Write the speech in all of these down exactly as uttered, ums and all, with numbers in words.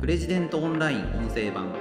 プレジデントオンライン音声版。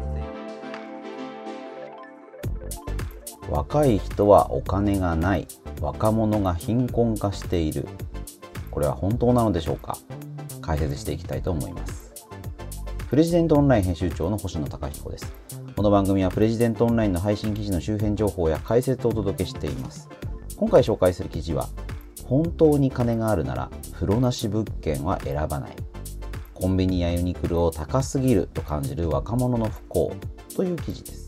若い人はお金がない、若者が貧困化している。これは本当なのでしょうか。解説していきたいと思います。プレジデントオンライン編集長の星野貴彦です。この番組はプレジデントオンラインの配信記事の周辺情報や解説をお届けしています。今回紹介する記事は、本当に金があるなら風呂なし物件は選ばない。コンビニやユニクロを高すぎると感じる若者の不幸という記事です。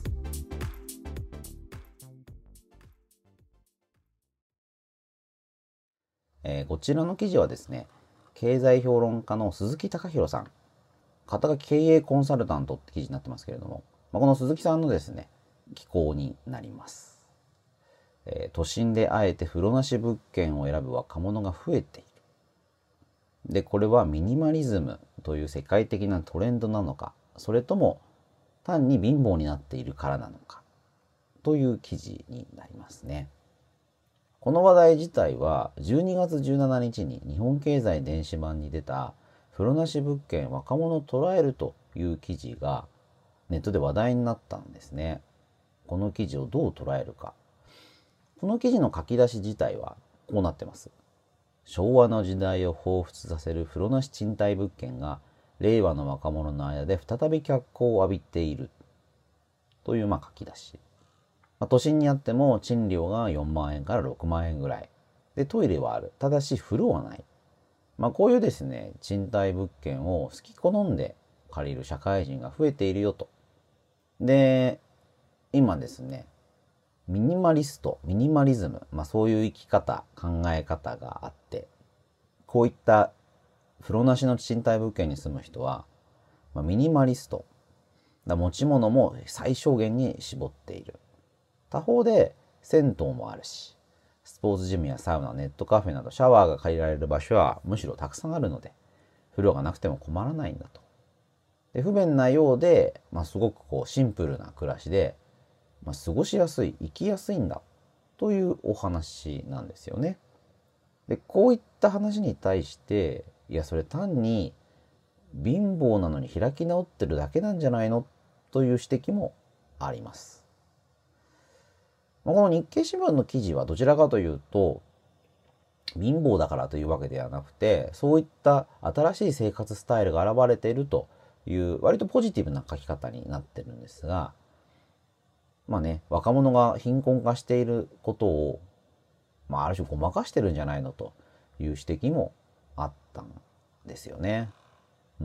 えー、こちらの記事はですね、経済評論家の鈴木貴弘さん、肩書き経営コンサルタントって記事になってますけれども、まあ、この鈴木さんのですね、寄稿になります。えー、都心であえて風呂なし物件を選ぶ若者が増えている。で、これはミニマリズムという世界的なトレンドなのか、それとも単に貧乏になっているからなのかという記事になりますね。この話題自体はじゅうにがつじゅうしちにちに日本経済電子版に出た風呂なし物件若者を捉えるという記事がネットで話題になったんですね。この記事をどう捉えるか。この記事の書き出し自体はこうなってます。昭和の時代を彷彿させる風呂なし賃貸物件が令和の若者の間で再び脚光を浴びているというまあ書き出し。まあ、都心にあっても賃料がよんまんえんからろくまんえんぐらいで、トイレはある、ただし風呂はない。まあこういうですね、賃貸物件を好き好んで借りる社会人が増えているよと。で、今ですね、ミニマリスト、ミニマリズム、まあそういう生き方、考え方があって、こういった風呂なしの賃貸物件に住む人は、まあ、ミニマリスト、だ持ち物も最小限に絞っている。他方で銭湯もあるし、スポーツジムやサウナ、ネットカフェなどシャワーが借りられる場所はむしろたくさんあるので、風呂がなくても困らないんだと。で、不便なようで、まあ、すごくこうシンプルな暮らしで、まあ、過ごしやすい、生きやすいんだというお話なんですよね。で、こういった話に対して、いや、それ単に貧乏なのに開き直ってるだけなんじゃないのという指摘もあります。この日経新聞の記事はどちらかというと、貧乏だからというわけではなくて、そういった新しい生活スタイルが現れているという割とポジティブな書き方になってるんですが、まあね、若者が貧困化していることを、まあある種ごまかしてるんじゃないのという指摘もあったんですよね。うん。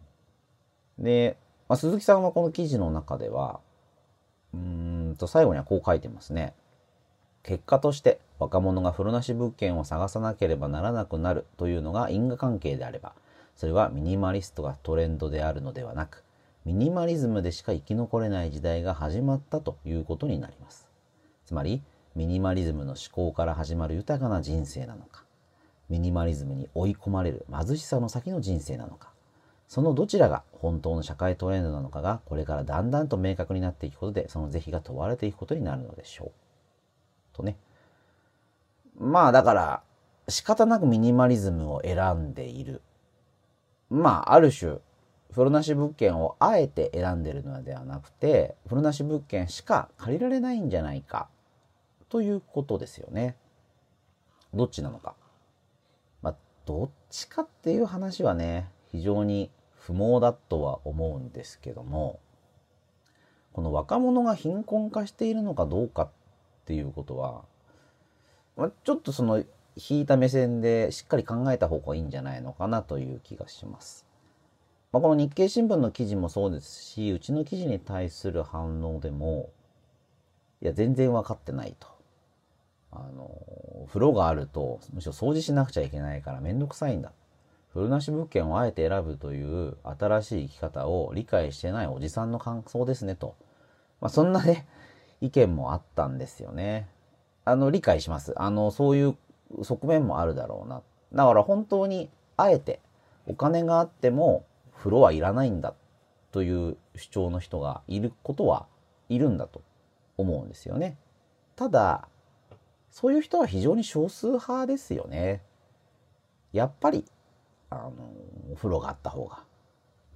で、まあ、鈴木さんはこの記事の中では、うーんと最後にはこう書いてますね。結果として若者が風呂なし物件を探さなければならなくなるというのが因果関係であれば、それはミニマリストがトレンドであるのではなく、ミニマリズムでしか生き残れない時代が始まったということになります。つまり、ミニマリズムの思考から始まる豊かな人生なのか、ミニマリズムに追い込まれる貧しさの先の人生なのか、そのどちらが本当の社会トレンドなのかがこれからだんだんと明確になっていくことで、その是非が問われていくことになるのでしょう。とね。まあだから仕方なくミニマリズムを選んでいる。まあある種風呂なし物件をあえて選んでいるのではなくて、風呂なし物件しか借りられないんじゃないかということですよね。どっちなのか。まあどっちかっていう話はね、非常に不毛だとは思うんですけども、この若者が貧困化しているのかどうかっていうことは、まあ、ちょっとその引いた目線でしっかり考えた方がいいんじゃないのかなという気がします。まあ、この日経新聞の記事もそうですし、うちの記事に対する反応でも、いや全然分かってないと。あの風呂があるとむしろ掃除しなくちゃいけないからめんどくさいんだ。風呂なし物件をあえて選ぶという新しい生き方を理解してないおじさんの感想ですねと。まあ、そんなね、意見もあったんですよね。あの、理解します。あの、そういう側面もあるだろうな。だから本当にあえてお金があっても風呂はいらないんだという主張の人がいることはいるんだと思うんですよね。ただ、そういう人は非常に少数派ですよね。やっぱり、あの、お風呂があった方が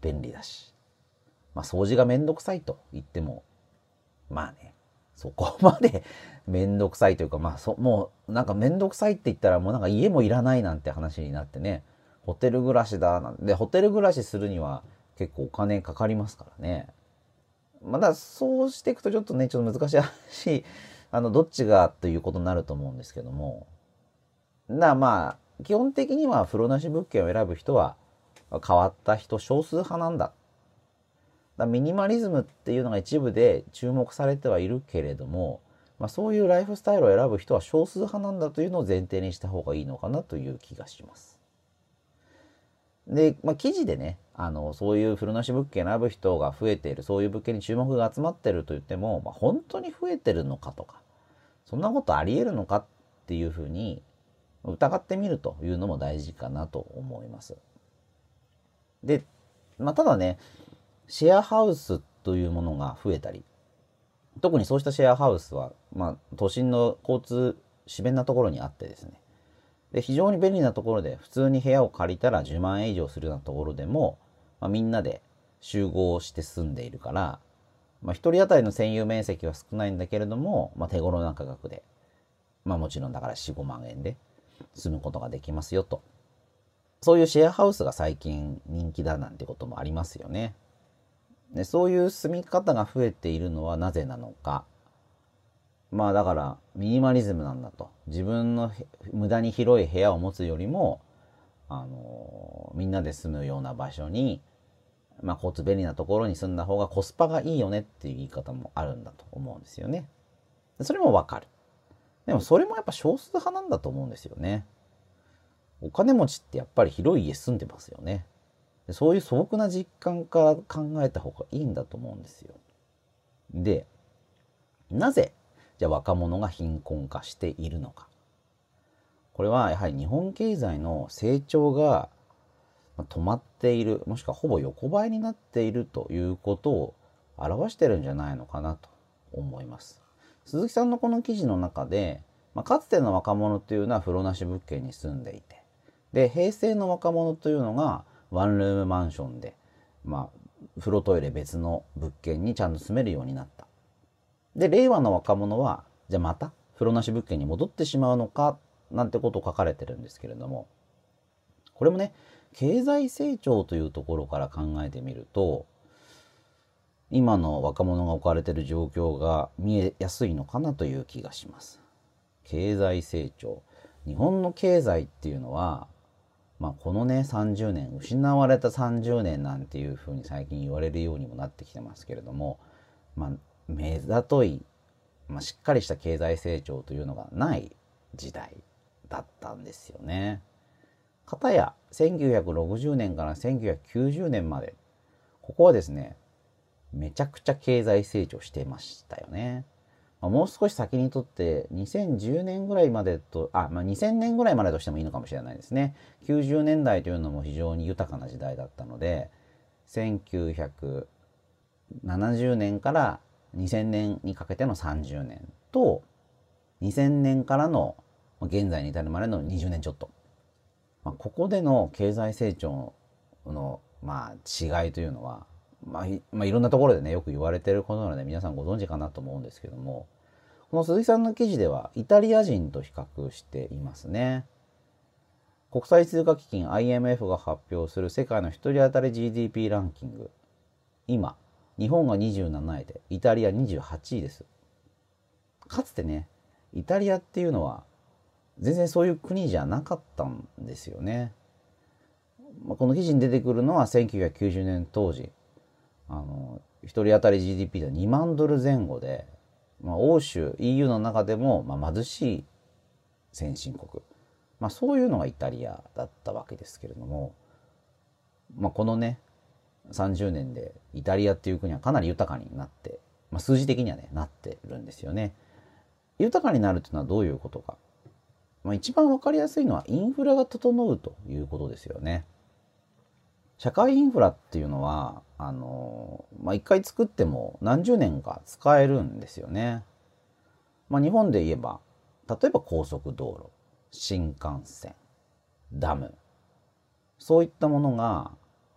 便利だし、まあ掃除がめんどくさいと言っても、まあね、そこまでめんどくさいというか、まあそ、もうなんかめんどくさいって言ったらもうなんか家もいらないなんて話になってね、ホテル暮らしだなんで、ホテル暮らしするには結構お金かかりますからね。まだそうしていくとちょっとね、ちょっと難しいし、あの、どっちがということになると思うんですけども。な、まあ、基本的には風呂なし物件を選ぶ人は変わった人、少数派なんだ。だミニマリズムっていうのが一部で注目されてはいるけれども、まあ、そういうライフスタイルを選ぶ人は少数派なんだというのを前提にした方がいいのかなという気がします。で、まあ、記事でね、あの、そういう風呂なし物件選ぶ人が増えている、そういう物件に注目が集まっていると言っても、まあ、本当に増えてるのかとか、そんなことあり得るのかっていうふうに疑ってみるというのも大事かなと思います。で、まあ、ただね、シェアハウスというものが増えたり、特にそうしたシェアハウスは、まあ、都心の交通、し便なところにあってですね、で非常に便利なところで普通に部屋を借りたらじゅうまんえん以上するようなところでも、まあ、みんなで集合して住んでいるから、まあ、ひとり当たりの占有面積は少ないんだけれども、まあ、手頃な価格で、まあ、もちろんだからよん、ごまんえんで住むことができますよと。そういうシェアハウスが最近人気だなんてこともありますよね。でそういう住み方が増えているのはなぜなのか。まあだからミニマリズムなんだと。自分の無駄に広い部屋を持つよりも、あのみんなで住むような場所に、まあ交通便利なところに住んだ方がコスパがいいよねっていう言い方もあるんだと思うんですよね。それもわかる。でもそれもやっぱ少数派なんだと思うんですよね。お金持ちってやっぱり広い家住んでますよね。そういう素朴な実感から考えた方がいいんだと思うんですよ。で、なぜじゃあ若者が貧困化しているのか。これはやはり日本経済の成長が止まっている、もしくはほぼ横ばいになっているということを表してるんじゃないのかなと思います。鈴木さんのこの記事の中で、まあ、かつての若者というのは風呂なし物件に住んでいて、で平成の若者というのがワンルームマンションで、まあ、風呂トイレ別の物件にちゃんと住めるようになった。で令和の若者はじゃあまた風呂なし物件に戻ってしまうのかなんてことを書かれてるんですけれども、これもね、経済成長というところから考えてみると、今の若者が置かれている状況が見えやすいのかなという気がします。経済成長。日本の経済っていうのは、まあ、このねさんじゅうねん、失われたさんじゅうねんなんていうふうに最近言われるようにもなってきてますけれども、まあ、目ざとい、まあ、しっかりした経済成長というのがない時代だったんですよね。かたやせんきゅうひゃくろくじゅうねんからせんきゅうひゃくきゅうじゅうねんまで、ここはですね、めちゃくちゃ経済成長してましたよね。まあ、もう少し先にとってにせんじゅうねんぐらいまでと、あ、まあ、にせんねんぐらいまでとしてもいいのかもしれないですね。きゅうじゅうねんだいというのも非常に豊かな時代だったので、せんきゅうひゃくななじゅうねんからにせんねんにかけてのさんじゅうねんと、にせんねんからの現在に至るまでのにじゅうねんちょっと。まあ、ここでの経済成長の、まあ、違いというのは、まあいまあ、いろんなところでねよく言われていることなので皆さんご存知かなと思うんですけども、この鈴木さんの記事ではイタリア人と比較していますね。国際通貨基金 アイエムエフ が発表する世界の一人当たり ジーディーピー ランキング、今日本がにじゅうなないでイタリアにじゅうはちいです。かつてねイタリアっていうのは全然そういう国じゃなかったんですよね。この記事に出てくるのはせんきゅうひゃくきゅうじゅうねん当時、あの一人当たり ジーディーピー でにまんドル前後で、まあ、欧州 イーユー の中でも、まあ、貧しい先進国、まあ、そういうのがイタリアだったわけですけれども、まあ、このねさんじゅうねんでイタリアっていう国はかなり豊かになって、まあ、数字的にはねなってるんですよね。豊かになるというのはどういうことか、まあ、一番わかりやすいのはインフラが整うということですよね。社会インフラっていうのはあのまあ、一回作っても何十年か使えるんですよね。まあ、日本で言えば例えば高速道路、新幹線、ダム、そういったものが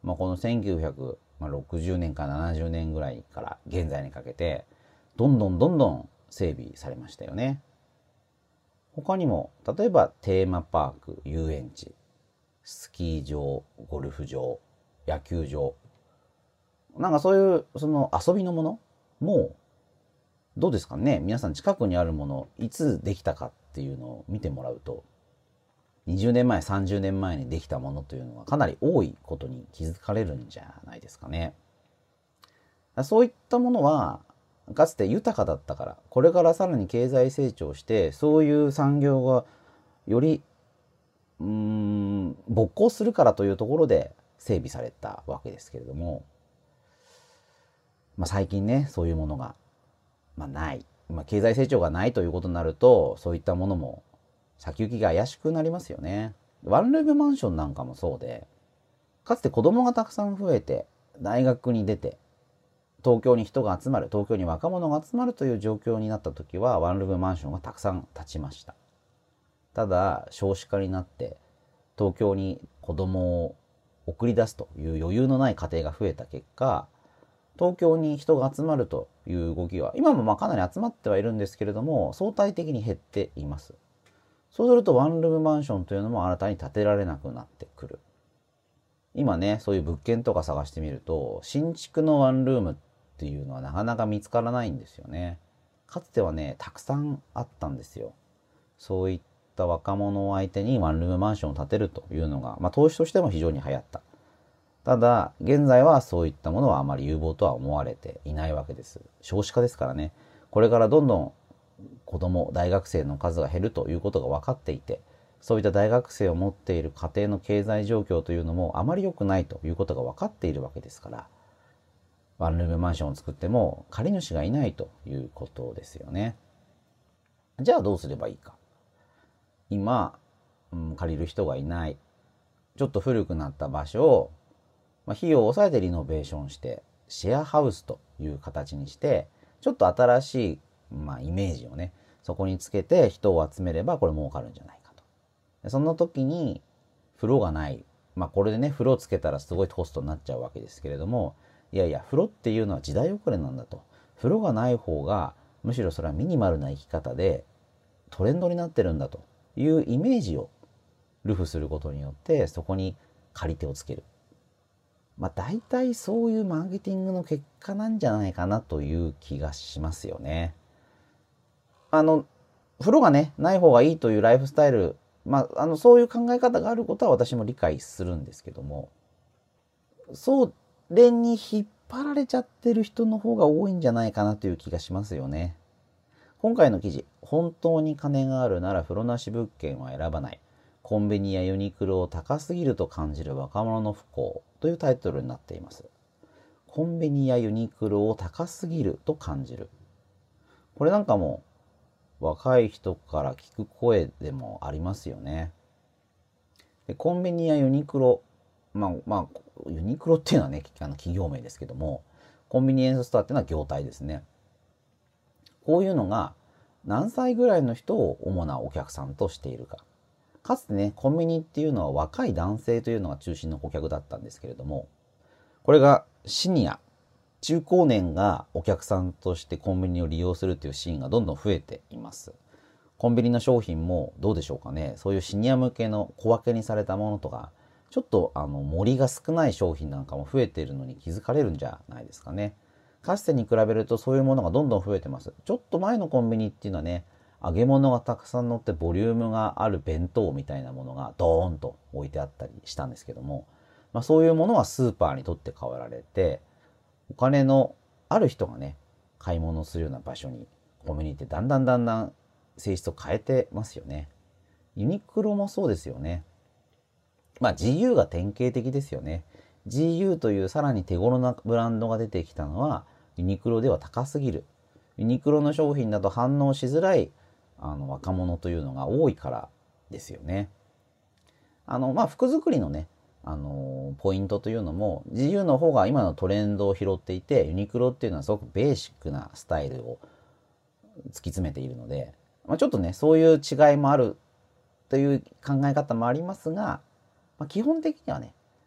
まあ、このせんきゅうひゃくろくじゅうねんからななじゅうねんぐらいから現在にかけてどんどんどんどん整備されましたよね。他にも例えばテーマパーク、遊園地、スキー場、ゴルフ場、野球場、なんかそういうその遊びのものもどうですかね。皆さん近くにあるものいつできたかっていうのを見てもらうと、にじゅうねんまえさんじゅうねんまえにできたものというのはかなり多いことに気づかれるんじゃないですかね。そういったものはかつて豊かだったから、これからさらに経済成長してそういう産業がよりうーん勃興するからというところで整備されたわけですけれども、まあ、最近ねそういうものが、まあ、ない、まあ、経済成長がないということになると、そういったものも先行きが怪しくなりますよね。ワンルームマンションなんかもそうで、かつて子供がたくさん増えて大学に出て東京に人が集まる、東京に若者が集まるという状況になった時はワンルームマンションがたくさん建ちました。ただ少子化になって東京に子供を送り出すという余裕のない家庭が増えた結果、東京に人が集まるという動きは今もまあかなり集まってはいるんですけれども、相対的に減っています。そうするとワンルームマンションというのも新たに建てられなくなってくる。今ねそういう物件とか探してみると、新築のワンルームっていうのはなかなか見つからないんですよね。かつてはねたくさんあったんですよ。そういった若者を相手にワンルームマンションを建てるというのが、まあ、投資としても非常に流行った。ただ現在はそういったものはあまり有望とは思われていないわけです。少子化ですからね。これからどんどん子供、大学生の数が減るということが分かっていて、そういった大学生を持っている家庭の経済状況というのもあまり良くないということが分かっているわけですから、ワンルームマンションを作っても借り主がいないということですよね。じゃあどうすればいいか。今、うん、借りる人がいない。ちょっと古くなった場所を、まあ、費用を抑えてリノベーションして、シェアハウスという形にして、ちょっと新しい、まあ、イメージをね、そこにつけて人を集めればこれ儲かるんじゃないかと。でその時に風呂がない。まあこれでね、風呂つけたらすごいコストになっちゃうわけですけれども、いやいや、風呂っていうのは時代遅れなんだと。風呂がない方が、むしろそれはミニマルな生き方でトレンドになってるんだというイメージをルフすることによって、そこに借り手をつける。まあ大体そういうマーケティングの結果なんじゃないかなという気がしますよね。あの、風呂がね、ない方がいいというライフスタイル、まあ、あの、そういう考え方があることは私も理解するんですけども、それに引っ張られちゃってる人の方が多いんじゃないかなという気がしますよね。今回の記事、本当に金があるなら風呂なし物件は選ばない。コンビニやユニクロを高すぎると感じる若者の不幸というタイトルになっています。コンビニやユニクロを高すぎると感じる。これなんかも若い人から聞く声でもありますよね。でコンビニやユニクロ、まあまあユニクロっていうのはねあの企業名ですけども、コンビニエンスストアっていうのは業態ですね。こういうのが何歳ぐらいの人を主なお客さんとしているか。かつてねコンビニっていうのは若い男性というのが中心の顧客だったんですけれども、これがシニア、中高年がお客さんとしてコンビニを利用するというシーンがどんどん増えています。コンビニの商品もどうでしょうかね。そういうシニア向けの小分けにされたものとか、ちょっとあの盛りが少ない商品なんかも増えているのに気づかれるんじゃないですかね。かつてに比べるとそういうものがどんどん増えてます。ちょっと前のコンビニっていうのはね、揚げ物がたくさん乗ってボリュームがある弁当みたいなものがドーンと置いてあったりしたんですけども、まあ、そういうものはスーパーに取って代わられて、お金のある人がね買い物するような場所にコンビニってだんだんだんだん性質を変えてますよね。ユニクロもそうですよね。まあ ジーユー が典型的ですよね。 ジーユー というさらに手頃なブランドが出てきたのはユニクロでは高すぎる。ユニクロの商品だと反応しづらいあの若者というのが多いからですよね。あのまあ服作りのねあのポイントというのも ジーユー の方が今のトレンドを拾っていて、ユニクロっていうのはすごくベーシックなスタイルを突き詰めているので、まあ、ちょっとねそういう違いもあるという考え方もありますが、まあ、基本的にはね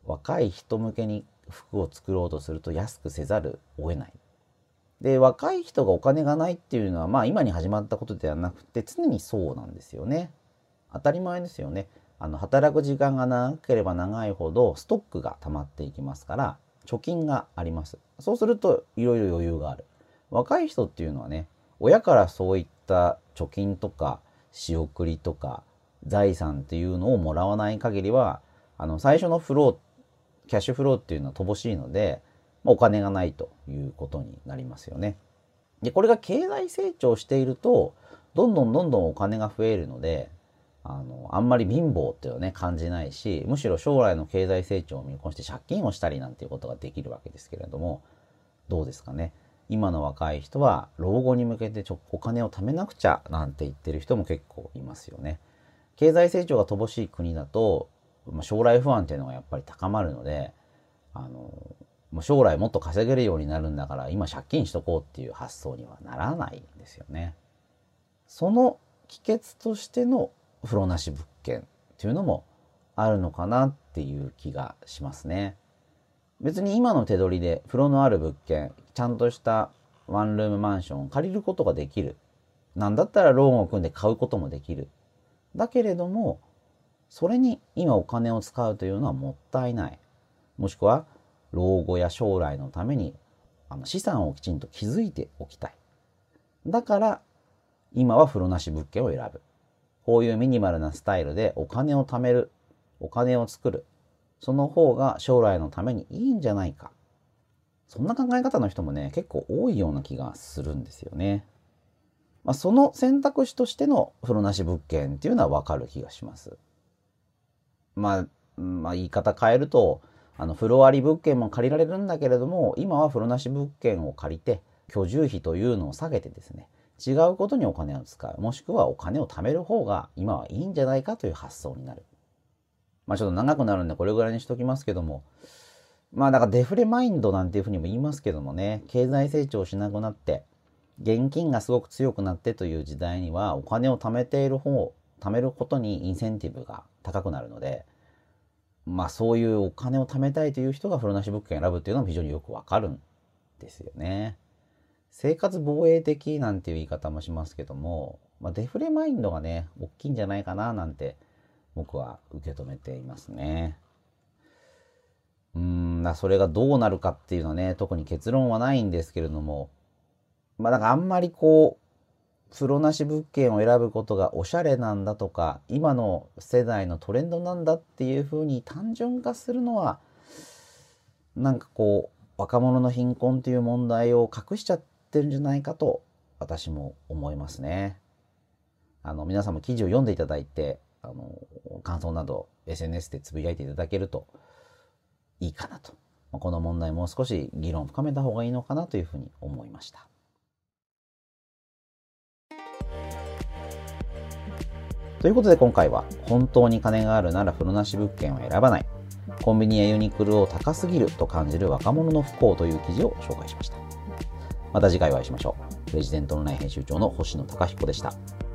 若い人向けに服を作ろうとすると安くせざるを得ない。で、若い人がお金がないっていうのは、まあ今に始まったことではなくて、常にそうなんですよね。当たり前ですよね。あの、働く時間が長ければ長いほど、ストックが溜まっていきますから、貯金があります。そうすると、いろいろ余裕がある。若い人っていうのはね、親からそういった貯金とか、仕送りとか、財産っていうのをもらわない限りは、あの、最初のフロー、キャッシュフローっていうのは乏しいので、お金がないということになりますよね。で、これが経済成長していると、どんどんどんどんお金が増えるので、あの、あんまり貧乏っていうのはね、感じないし、むしろ将来の経済成長を見越して借金をしたりなんていうことができるわけですけれども、どうですかね。今の若い人は、老後に向けてちょお金を貯めなくちゃなんて言ってる人も結構いますよね。経済成長が乏しい国だと、将来不安っていうのがやっぱり高まるので、あの、もう将来もっと稼げるようになるんだから今借金しとこうっていう発想にはならないんですよね。その帰結としての風呂なし物件っていうのもあるのかなっていう気がしますね。別に今の手取りで風呂のある物件、ちゃんとしたワンルームマンションを借りることができる。なんだったらローンを組んで買うこともできる。だけれども、それに今お金を使うというのはもったいない。もしくは、老後や将来のためにあの資産をきちんと築いておきたい。だから、今は風呂なし物件を選ぶ。こういうミニマルなスタイルでお金を貯める、お金を作る。その方が将来のためにいいんじゃないか。そんな考え方の人もね、結構多いような気がするんですよね。まあ、その選択肢としての風呂なし物件っていうのはわかる気がします。まあ、まあ、言い方変えると、あの、風呂あり物件も借りられるんだけれども、今は風呂なし物件を借りて、居住費というのを下げてですね、違うことにお金を使う、もしくはお金を貯める方が今はいいんじゃないかという発想になる。まあちょっと長くなるんでこれぐらいにしときますけども、まあだからデフレマインドなんていうふうにも言いますけどもね、経済成長しなくなって、現金がすごく強くなってという時代には、お金を貯めている方、貯めることにインセンティブが高くなるので、まあそういうお金を貯めたいという人が風呂なし物件を選ぶっていうのも非常によくわかるんですよね。生活防衛的なんていう言い方もしますけども、まあ、デフレマインドがね、大きいんじゃないかななんて僕は受け止めていますね。うーん、だそれがどうなるかっていうのはね、特に結論はないんですけれども、まあだからあんまりこう、風呂なし物件を選ぶことがおしゃれなんだとか、今の世代のトレンドなんだっていうふうに単純化するのは、なんかこう、若者の貧困という問題を隠しちゃってるんじゃないかと私も思いますね。あの、皆さんも記事を読んでいただいて、あの、感想など エスエヌエス でつぶやいていただけるといいかなと。この問題もう少し議論を深めた方がいいのかなというふうに思いました。ということで今回は本当に金があるなら風呂なし物件を選ばない、コンビニやユニクロを高すぎると感じる若者の不幸という記事を紹介しました。また次回お会いしましょう。プレジデントオンライン編集長の星野貴彦でした。